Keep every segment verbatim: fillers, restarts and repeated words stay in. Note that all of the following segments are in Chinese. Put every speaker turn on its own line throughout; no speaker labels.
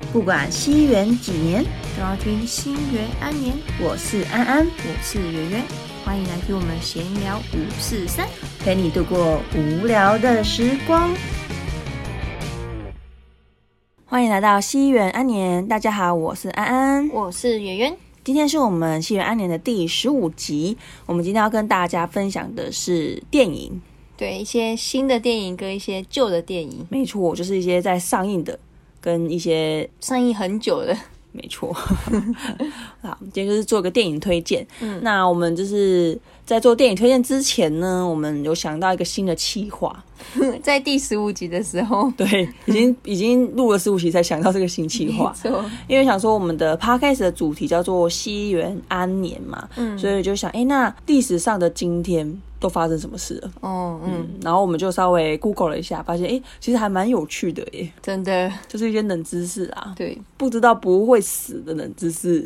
不管西元几年，
都要听新元安年。
我是安安，
我是圆圆，欢迎来听我们闲聊五四三，
陪你度过无聊的时光。欢迎来到西元安年，大家好，我是安安，
我是圆圆。
今天是我们西元安年的第十五集，我们今天要跟大家分享的是电影，
对，一些新的电影跟一些旧的电影，
没错，就是一些在上映的跟一些
上映很久的，
没错。好，今天就是做个电影推荐。
嗯，
那我们就是在做电影推荐之前呢，我们有想到一个新的企划。
在第十五集的时候，
对，已经已经录了十五集才想到这个新企划。
没错，
因为想说我们的 podcast 的主题叫做西元安年嘛，嗯，所以就想，哎，那历史上的今天都发生什么事了？
哦，嗯，
嗯，然后我们就稍微 Google 了一下，发现，哎，其实还蛮有趣的耶，
真的，
就是一些冷知识啊，
对，
不知道不会死的冷知识。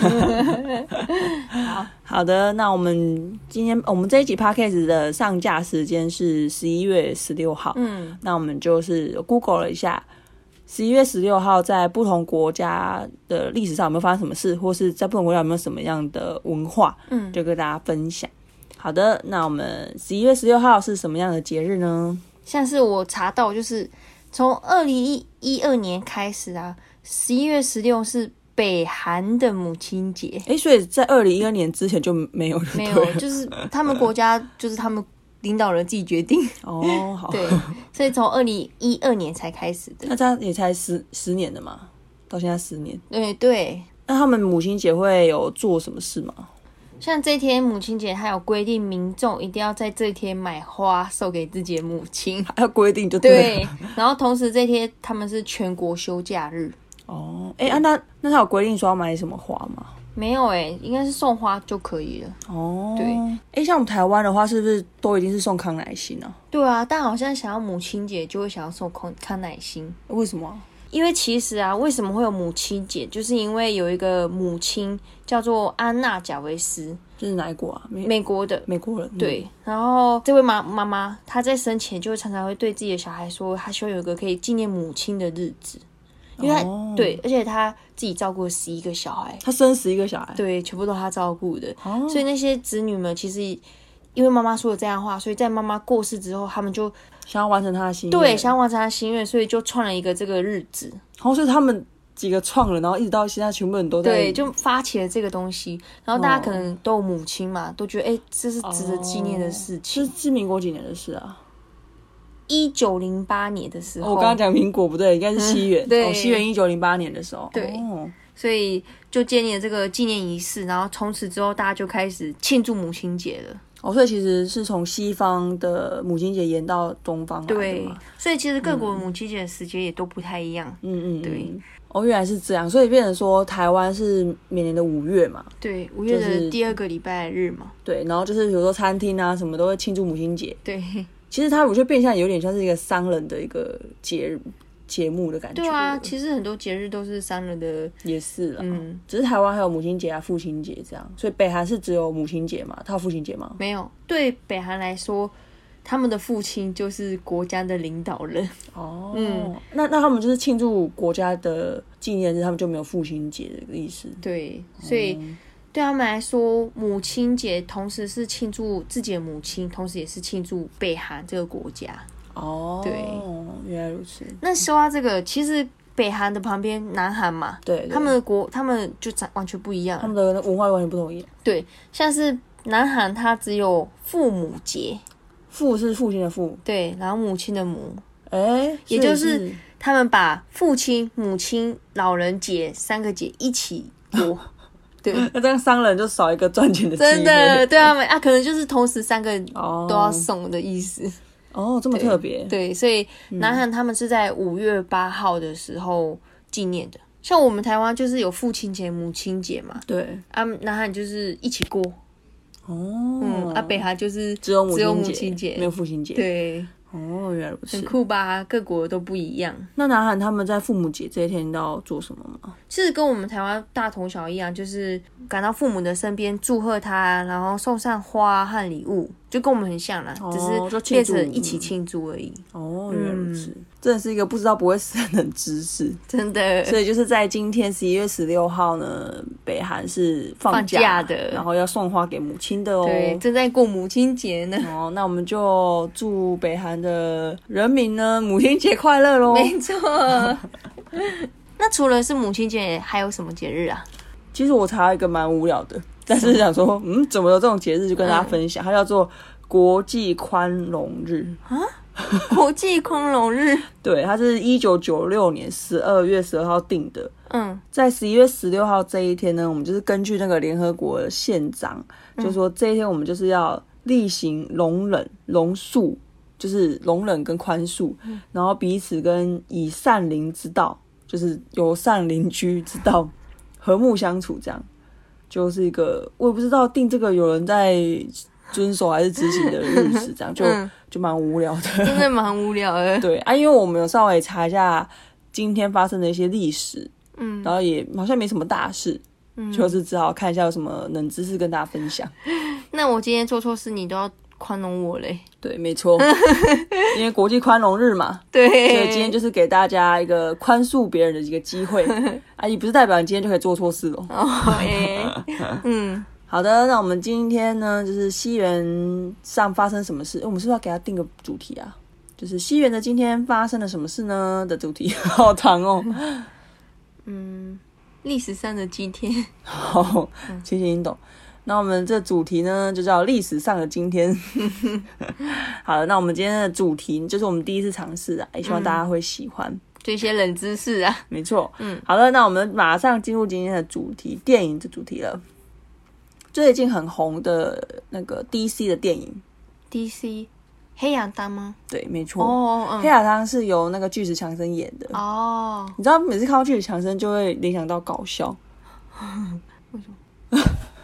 好
好的，那我们今天我们这一集 podcast 的上架时间是十一月十六号，
嗯，
那我们就是 Google 了一下，十一月十六号在不同国家的历史上有没有发生什么事，或是在不同国家有没有什么样的文化，
嗯，
就跟大家分享。好的，那我们十一月十六号是什么样的节日呢？
像是我查到，就是从二零一二年开始啊，十一月十六是北韩的母亲节。
哎，所以在二零一二年之前就没有了，
没有，就是他们国家就是他们领导人自己决定。
哦，好，
对，所以从二零一二年才开始的。
那这样也才十十年了嘛，到现在十年。
对对，
那他们母亲节会有做什么事吗？
像这天母亲节，还有规定民众一定要在这天买花送给自己的母亲。
还有规定就对了。
对，然后同时这天他们是全国休假日。
哦，哎啊，那那他有规定说要买什么花吗？
没有哎、欸，应该是送花就可以了。
哦，
对，
哎，像我们台湾的话，是不是都一定是送康乃馨啊？
对啊，但好像想要母亲节就会想要送康康乃馨。
为什么啊？
因为其实啊，为什么会有母亲节，就是因为有一个母亲叫做安娜贾维斯，
这是哪一国啊？美
美国的。
美国人。
对，然后这位妈妈妈，她在生前就会常常会对自己的小孩说，她希望有一个可以纪念母亲的日子，因为她、
哦、
对，而且她自己照顾了十一个小孩，
她生十一个小孩，
对，全部都她照顾的，
哦、
所以那些子女们其实因为妈妈说了这样的话，所以在妈妈过世之后，他们就
想要完成她的心愿，
对，想要完成她的心愿，所以就创了一个这个日子。
然后所以他们几个创了，然后一直到现在，全部人都在
对，就发起了这个东西。然后大家可能都有母亲嘛，哦、都觉得哎、欸，这是值得纪念的事情。
是是民国几年的事啊？
一九零八年的时候，
哦、我刚刚讲民国不对，应该是西元。
嗯、对，
哦、西元一九零八年的时候。
对。
哦，
所以就建立了这个纪念仪式，然后从此之后大家就开始庆祝母亲节了。
哦，所以其实是从西方的母亲节延到东方来的嘛。
对，所以其实各国的母亲节的时间也都不太一样。
嗯嗯，
对。
哦，原来是这样，所以变成说台湾是每年的五月嘛。
对，五月的第二个礼拜日嘛。
对，然后就是比如说餐厅啊什么都会庆祝母亲节。
对。
其实它我觉得变相有点像是一个商人的一个节日。节目的感觉。
对啊，其实很多节日都是商人的，
也是啦。
嗯，
只是台湾还有母亲节啊、父亲节这样，所以北韩是只有母亲节嘛？他有父亲节吗？
没有。对北韩来说，他们的父亲就是国家的领导人。
哦，嗯，那那他们就是庆祝国家的纪念日，他们就没有父亲节的意思。
对，所以。嗯，对他们来说，母亲节同时是庆祝自己的母亲，同时也是庆祝北韩这个国家。
哦，
对，
原来如此。
那说到这个，其实北韩的旁边南韩嘛，
对，对，
他们的国，他们就完全不一样，
他们的文化完全不同一样。
对，像是南韩，它只有父母节，
父是父亲的父，
对，然后母亲的母，
哎，
也就是他们把父亲、母亲、老人节三个节一起过。对，
那这样商人就少一个赚钱的机会。
真的，对他们啊，可能就是同时三个都要送的意思。
哦，这么特别。
对，所以南韩他们是在五月八号的时候纪念的。像我们台湾就是有父亲节、母亲节嘛。
对。
啊，南韩就是一起过。
哦。
嗯，啊，北韩就是
只有
只有母
亲节，没有父亲节。
对。
哦，原来如此，
很酷吧？各国都不一样。
那南韩他们在父母节这一天要做什么吗？
其实跟我们台湾大同小异样，就是赶到父母的身边祝贺他，然后送上花和礼物，就跟我们很像啦，
哦、
只是变成一起庆祝而已。
哦，原来如此。嗯真的是一个不知道不会死的冷知识，
真的。
所以就是在今天十一月十六号呢，北韩是放假,
放假的，
然后要送花给母亲的哦。
对，正在过母亲节呢。
哦，那我们就祝北韩的人民呢母亲节快乐咯。
没错。那除了是母亲节，还有什么节日啊？
其实我查了一个蛮无聊的，但是想说，嗯，怎么有这种节日，就跟大家分享。嗯、它叫做国际宽容日
啊。国际宽容日，
对，它是一九九六年十二月十二号定的。
嗯，在
十一月十六号这一天呢，我们就是根据那个联合国的宪章，嗯、就说这一天我们就是要例行容忍、容恕，就是容忍跟宽恕，嗯、然后彼此跟以善邻之道，就是友善邻居之道，和睦相处，这样就是一个我也不知道定这个有人在遵守还是执行的日子，这样就、嗯、就蛮无聊的，
真的蛮无聊的。
对啊，因为我们有稍微查一下今天发生的一些历史，嗯，然后也好像没什么大事，嗯，就是只好看一下有什么冷知识跟大家分享。
那我今天做错事，你都要宽容我嘞？
对，没错，因为国际宽容日嘛，
对，
所以今天就是给大家一个宽恕别人的一个机会啊，也不是代表你今天就可以做错事咯。
哦，欸、嗯。
好的，那我们今天呢，就是西元上发生什么事？我们是不是要给他定个主题啊？就是西元的今天发生了什么事呢的主题，好长哦。
嗯，历史上的今天。
好，谢谢你懂。那我们这主题呢，就叫历史上的今天。好了，那我们今天的主题就是我们第一次尝试啊，也希望大家会喜欢。嗯，
就一些冷知识啊。
没错。嗯，好了，那我们马上进入今天的主题，电影的主题了。最近很红的那个 D C 的电影
，D C 黑亚当吗？
对，没错。
哦，嗯、
黑亚当是由那个巨石强森演的。
哦，
你知道每次看到巨石强森就会联想到搞笑。
为什么？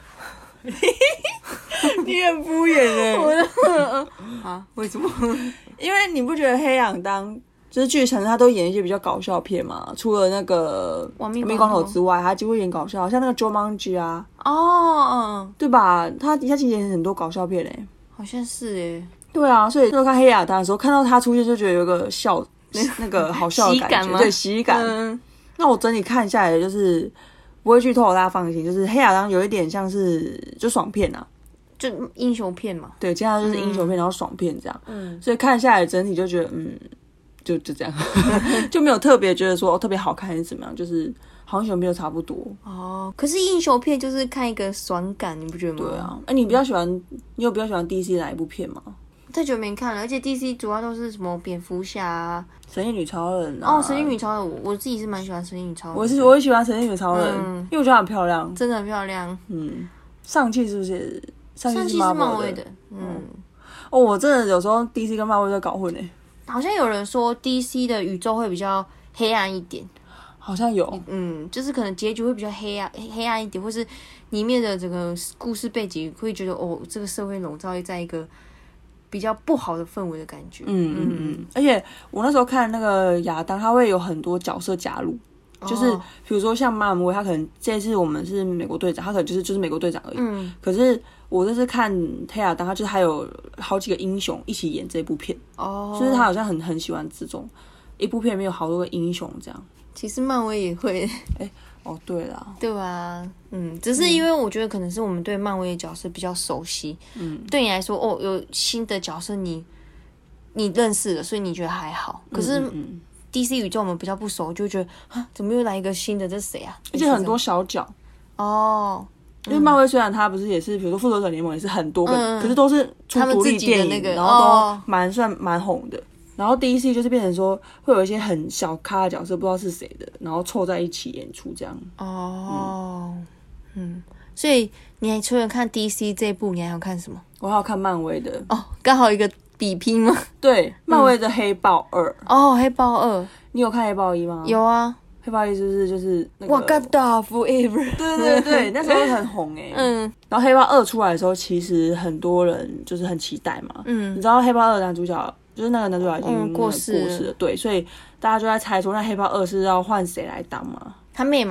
你很敷衍哎、
欸。啊？为什么？
因为你不觉得黑亚当就是巨石强森他都演一些比较搞笑片嘛？除了那个亡命光头之外，他就会演搞笑，像那个 Jumanji 啊。
哦，嗯，
对吧？他他其实演很多搞笑片嘞，
好像是耶。
对啊，所以那时候看黑亚当的时候，看到他出现就觉得有个笑，那个好笑的感觉，对，喜感。嗯、那我整体看下来就是不会剧透，大家放心。就是黑亚当有一点像是就爽片啊，
就英雄片嘛。
对，接下来就是英雄片，嗯、然后爽片这样。嗯，所以看下来整体就觉得，嗯，就就这样，就没有特别觉得说、哦、特别好看还是怎么样，就是。好像英雄片都差不多
哦，可是英雄片就是看一个爽感，你不觉得吗？
对啊，哎、欸，你比较喜欢，你有比较喜欢 D C 哪一部片吗？
太久没看了，而且 D C 主要都是什么蝙蝠侠啊、
神力女超人啊。
哦，神力女超人，我我自己是蛮喜欢神力女超人。
我是我也喜欢神力女超人，嗯、因为我觉得很漂亮，
真的很漂亮。嗯，
上汽是不是？上汽
是漫威的。嗯，
哦，我真的有时候 D C 跟漫威在搞混诶。
好像有人说 D C 的宇宙会比较黑暗一点。
好像有，
嗯，就是可能结局会比较黑暗、黑暗一点，或是里面的整个故事背景会觉得哦，这个社会笼罩在一个比较不好的氛围的感觉。嗯
嗯嗯。而且我那时候看那个亚当，他会有很多角色加入，哦、就是比如说像漫威，他可能这次我们是美国队长，他可能就是就是美国队长而已。嗯。可是我这次看黑亚当，他就是还有好几个英雄一起演这部片。哦。就是他好像很很喜欢这种一部片里面有好多个英雄这样。
其实漫威也会，
哎、欸，哦，对啦，
对吧？嗯，只是因为我觉得可能是我们对漫威的角色比较熟悉，嗯，对你来说，哦，有新的角色你你认识了，所以你觉得还好。可是 D C 宇宙我们比较不熟，就会觉得啊，怎么又来一个新的？这是谁啊？
而且很多小角
哦。
因为漫威虽然它不是也是，比如说复仇者联盟也是很多个，嗯、可是都是出独立电影，那个、然后都蛮算蛮红的。然后 D C 就是变成说会有一些很小咖的角色，不知道是谁的，然后凑在一起演出这样。
哦，嗯，嗯所以你还除了看 D C 这部，你还要看什么？
我还要看漫威的。
哦，刚好一个比拼吗？
对，漫威的黑豹二、
嗯。哦，黑豹二，
你有看黑豹一吗？
有啊，
黑豹一是不是就是那个
Wakanda Forever？
对对对，那时候很红哎、欸。嗯，然后黑豹二出来的时候，其实很多人就是很期待嘛。嗯，你知道黑豹二男主角？就是那个男主角已经、嗯、过世了，对，所以大家就在猜说，那黑豹二是要换谁来当嘛？
他妹嘛？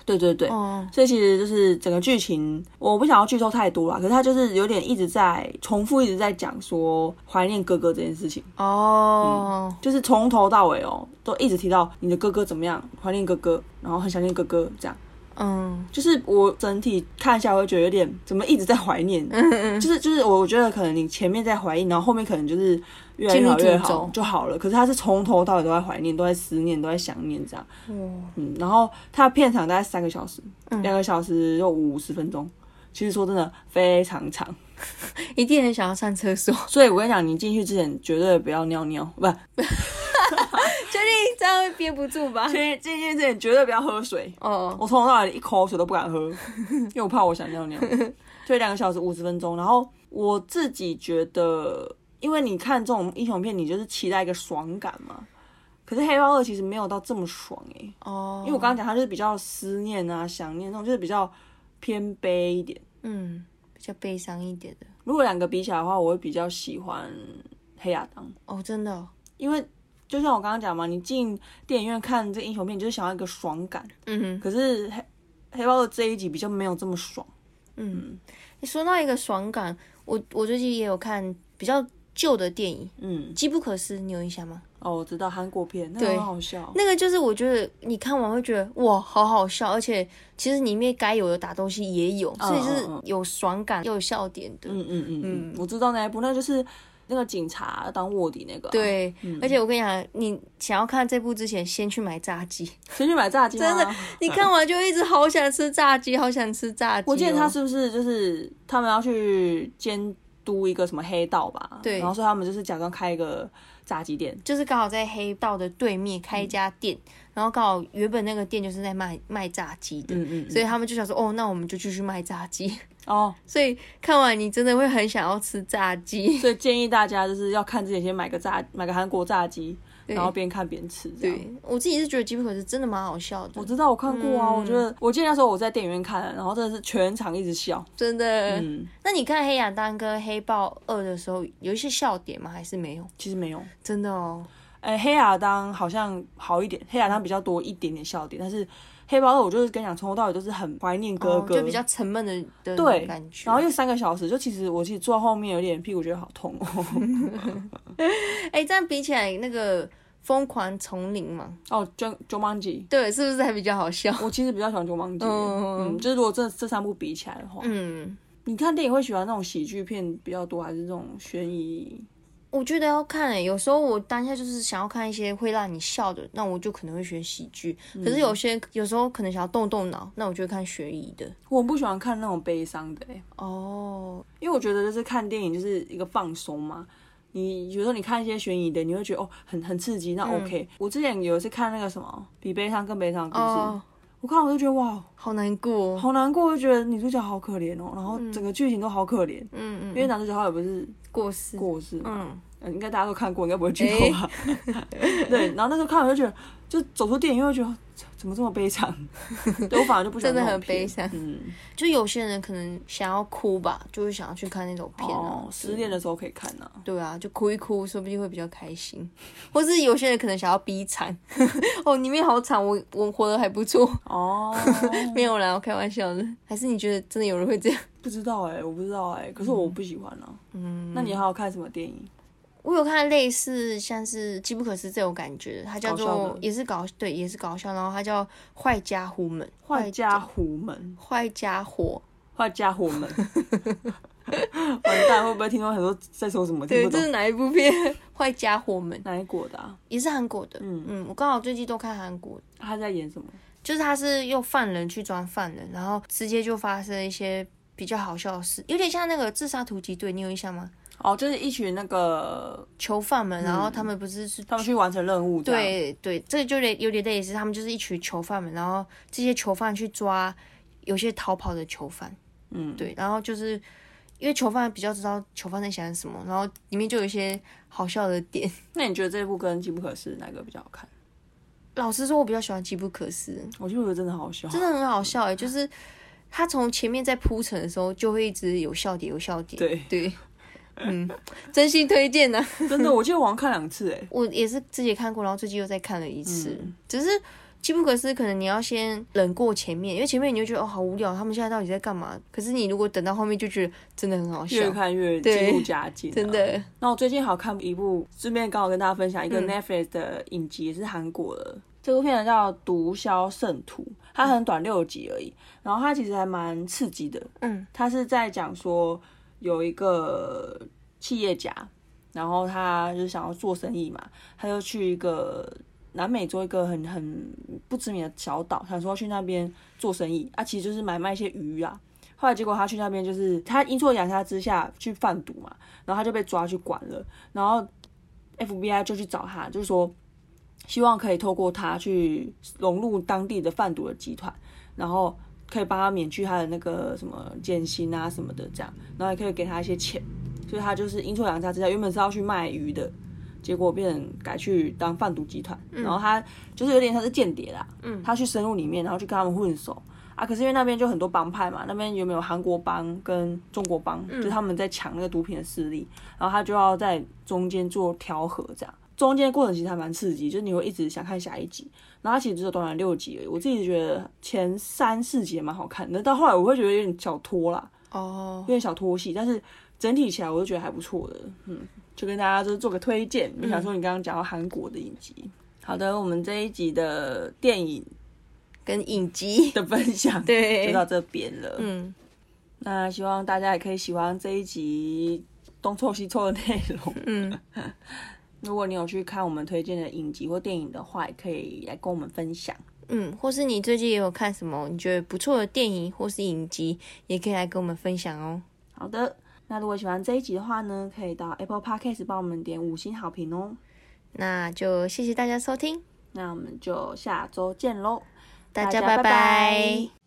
对对对，
哦，
所以其实就是整个剧情，我不想要剧透太多啦，可是他就是有点一直在重复，一直在讲说怀念哥哥这件事情。
哦、嗯，
就是从头到尾哦，都一直提到你的哥哥怎么样，怀念哥哥，然后很想念哥哥这样。
嗯，
就是我整体看下来会觉得有点怎么一直在怀念，嗯嗯，就是就是我觉得可能你前面在怀念，然后后面可能就是越来越好越好就好了。可是他是从头到尾都在怀念，都在思念，都在想念这样。嗯嗯，然后他的片长大概三个小时，两、嗯、个小时又五十分钟，其实说真的非常长。
一定很想要上厕所，
所以我跟你讲，你进去之前绝对不要尿尿，不，
确定这样会憋不住吧？
进进去之前绝对不要喝水哦， oh. 我从头到尾一口水都不敢喝，因为我怕我想尿尿。所以两个小时五十分钟，然后我自己觉得，因为你看这种英雄片，你就是期待一个爽感嘛。可是黑豹二其实没有到这么爽哎、欸，哦， oh. 因为我刚刚讲它就是比较思念啊、想念那种，就是比较偏悲一点，
嗯。比较悲伤一点的。
如果两个比起来的话，我会比较喜欢黑亚当。
哦，真的、哦，因
为就像我刚刚讲嘛，你进电影院看这个英雄片，你就是想要一个爽感。嗯哼。可是黑黑豹的这一集比较没有这么爽。
嗯，你说到一个爽感，我我最近也有看比较旧的电影，嗯，机不可失，你有印象吗？
哦，我知道韩国片，那个很好笑。
那个就是我觉得你看完会觉得哇，好好笑，而且其实里面该有的打斗戏也有，嗯、所以是有爽感又有笑点的。
嗯嗯嗯嗯，我知道那一部，那就是那个警察当卧底那个、啊。
对，嗯、而且我跟你讲，你想要看这部之前，先去买炸鸡，
先去买炸鸡吗？
真的，你看完就一直好想吃炸鸡，好想吃炸鸡、哦。
我记得他是不是就是他们要去监督一个什么黑道吧？对，然后所以他们就是假装开一个炸鸡店，
就是刚好在黑道的对面开一家店，嗯、然后刚好原本那个店就是在卖卖炸鸡的，嗯嗯嗯，所以他们就想说，哦，那我们就继续卖炸鸡哦。所以看完你真的会很想要吃炸鸡，
所以建议大家就是要看之前先买个炸买个韩国炸鸡。然后边看边吃，
对，我自己是觉得《机不可失》真的蛮好笑的。
我知道，我看过啊，嗯、我觉得我记得那时候我在电影院看，然后真的是全场一直笑，
真的。嗯，那你看《黑亚当》跟《黑豹二》的时候，有一些笑点吗？还是没有？
其实没有，
真的哦。
哎，黑亚当好像好一点，黑亚当比较多一点点笑点，但是黑豹二我就是跟你讲，从头到尾都是很怀念哥哥，
哦、就比较沉闷的的
对
感觉。
然后又三个小时，就其实我其实坐到后面有点屁股觉得好痛哦。
哎，这样比起来那个。疯狂丛林嘛，
哦，Jumanji，
对，是不是还比较好笑？
我其实比较喜欢 Jumanji，嗯, 嗯，就是如果这这三部比起来的话，嗯，你看电影会喜欢那种喜剧片比较多，还是这种悬疑？
我觉得要看诶、欸，有时候我当下就是想要看一些会让你笑的，那我就可能会选喜剧。嗯、可是有些有时候可能想要动动脑，那我就会看悬疑的。
我不喜欢看那种悲伤的诶、欸，哦，因为我觉得就是看电影就是一个放松嘛。你有时候你看一些悬疑的，你会觉得哦很很刺激，那 OK、嗯。我之前有一次看那个什么比悲伤更悲伤的故事，哦、我看我就觉得哇，
好难过，
好难过，我就觉得女主角好可怜哦，然后整个剧情都好可怜，嗯嗯，因为男主角他也不是
过世过
世嘛，嗯，应该大家都看过，应该不会剧透吧？欸、对，然后那时候看我就觉得，就走出电影院就觉得怎么这么悲伤？对我反而就不喜欢那种片，真的很悲伤。嗯，
就有些人可能想要哭吧，就会想要去看那种片啊。
哦，失恋的时候可以看啊。
对啊，就哭一哭，说不定会比较开心。或是有些人可能想要逼惨，哦，里面好惨，我我活得还不错。哦，没有啦，我开玩笑的。还是你觉得真的有人会这样？
不知道哎、欸，我不知道哎、欸，可是我不喜欢啊。嗯，那你还有看什么电影？
我有看类似像是《机不可失》这种感觉的，它叫做也是搞对也是搞笑，然后它叫坏家伙们，
坏家伙们，
坏家伙，
坏家伙们，完蛋，会不会听到很多在说什么？
对，这是哪一部片？坏家伙们，
哪一国的啊？
也是韩国的。嗯嗯，我刚好最近都看韩国。
他在演什么？
就是他是用犯人去装犯人，然后直接就发生一些比较好笑的事，有点像那个自杀突击队，你有印象吗？
哦，就是一群那个
囚犯们，然后他们不是是、
嗯、他们去完成任务，
对对，这个就有点类似，他们就是一群囚犯们，然后这些囚犯去抓有些逃跑的囚犯，嗯，对，然后就是因为囚犯比较知道囚犯在想什么，然后里面就有一些好笑的点。
那你觉得这一部跟《机不可失》哪个比较好看？
老实说，我比较喜欢《机不可失》，
我觉得真的好笑，
真的很好笑哎、欸，就是他从前面在铺陈的时候就会一直有笑点，有笑点，
对
对。嗯，真心推荐呢、啊。
真的，我记得我好像看两次哎。
我也是自己看过，然后最近又再看了一次。嗯、只是机不可失，可能你要先忍过前面，因为前面你就觉得哦好无聊，他们现在到底在干嘛？可是你如果等到后面就觉得真的很好笑，
越看越进入佳境，
真的。
那我最近好看一部，顺便刚好跟大家分享一个 Netflix 的影集，也是韩国的。嗯、这部片叫《毒枭圣徒》，它很短，六集而已。然后它其实还蛮刺激的。嗯，它是在讲说有一个企业家，然后他就想要做生意嘛，他就去一个南美洲一个很很不知名的小岛，想说去那边做生意啊，其实就是买卖一些鱼啊。后来结果他去那边，就是他阴错阳差之下去贩毒嘛，然后他就被抓去关了，然后 F B I 就去找他，就是说希望可以透过他去融入当地的贩毒的集团，然后可以帮他免去他的那个什么减刑啊什么的这样，然后也可以给他一些钱，所以他就是阴错阳差之下，原本是要去卖鱼的。结果变成改去当贩毒集团，嗯、然后他就是有点像是间谍啦，嗯、他去深入里面，然后去跟他们混熟啊。可是因为那边就很多帮派嘛，那边有没有韩国帮跟中国帮，嗯、就是他们在抢那个毒品的势力，然后他就要在中间做调和，这样中间的过程其实还蛮刺激，就是你会一直想看下一集。然后它其实只有短短六集而已，我自己觉得前三四集也蛮好看的，到后来我会觉得有点小拖啦，哦，有点小拖戏，但是整体起来我就觉得还不错的，嗯。就跟大家就是做个推荐，没想说你刚刚讲到韩国的影集。嗯、好的，我们这一集的电影
跟影集
的分享
对
就到这边了。嗯，那希望大家也可以喜欢这一集东凑西凑的内容。嗯，如果你有去看我们推荐的影集或电影的话，也可以来跟我们分享。
嗯，或是你最近也有看什么你觉得不错的电影或是影集，也可以来跟我们分享哦。
好的。那如果喜欢这一集的话呢，可以到 Apple Podcast 帮我们点五星好评哦。
那就谢谢大家收听，
那我们就下周见咯，
大家拜拜。